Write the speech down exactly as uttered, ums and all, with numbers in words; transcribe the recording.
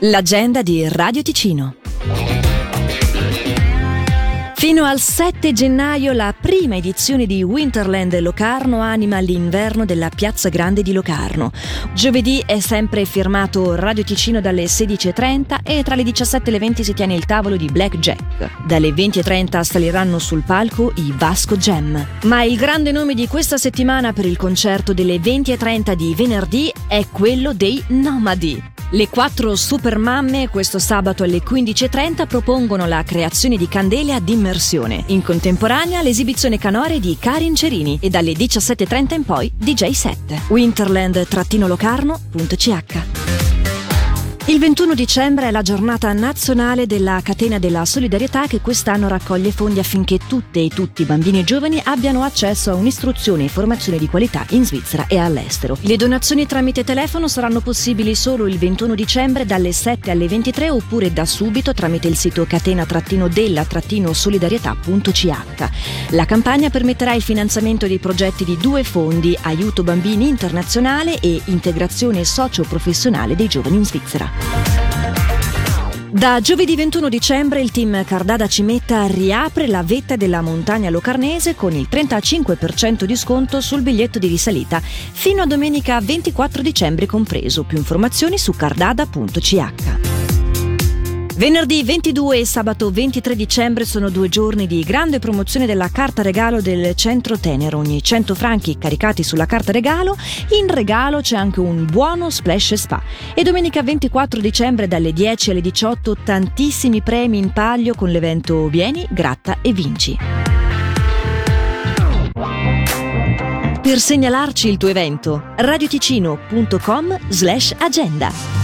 L'agenda di Radio Ticino. Fino al sette gennaio la prima edizione di Winterland Locarno anima l'inverno della Piazza Grande di Locarno. Giovedì è sempre firmato Radio Ticino dalle sedici e trenta e tra le diciassette e le venti si tiene il tavolo di Blackjack. Dalle venti e trenta saliranno sul palco i Vasco Jam. Ma il grande nome di questa settimana per il concerto delle venti e trenta di venerdì è quello dei Nomadi. Le quattro super mamme questo sabato alle quindici e trenta propongono la creazione di candele ad immersione. In contemporanea l'esibizione canore di Karin Cerini e dalle diciassette e trenta in poi D J set. winterland locarno punto c h. Il ventuno dicembre è la giornata nazionale della Catena della Solidarietà che quest'anno raccoglie fondi affinché tutte e tutti, bambini e giovani, abbiano accesso a un'istruzione e informazione di qualità in Svizzera e all'estero. Le donazioni tramite telefono saranno possibili solo il ventuno dicembre dalle sette alle ventitré oppure da subito tramite il sito catena della solidarietà punto c h. La campagna permetterà il finanziamento dei progetti di due fondi, Aiuto Bambini Internazionale e Integrazione Socio-Professionale dei Giovani in Svizzera. Da giovedì ventuno dicembre il team Cardada Cimetta riapre la vetta della montagna locarnese con il trentacinque per cento di sconto sul biglietto di risalita fino a domenica ventiquattro dicembre compreso. Più informazioni su cardada punto c h. Venerdì ventidue e sabato ventitré dicembre sono due giorni di grande promozione della carta regalo del Centro Tenero. Ogni cento franchi caricati sulla carta regalo, in regalo c'è anche un buono splash spa. E domenica ventiquattro dicembre dalle dieci alle diciotto tantissimi premi in palio con l'evento Vieni, Gratta e Vinci. Per segnalarci il tuo evento, radioticino punto com slash agenda.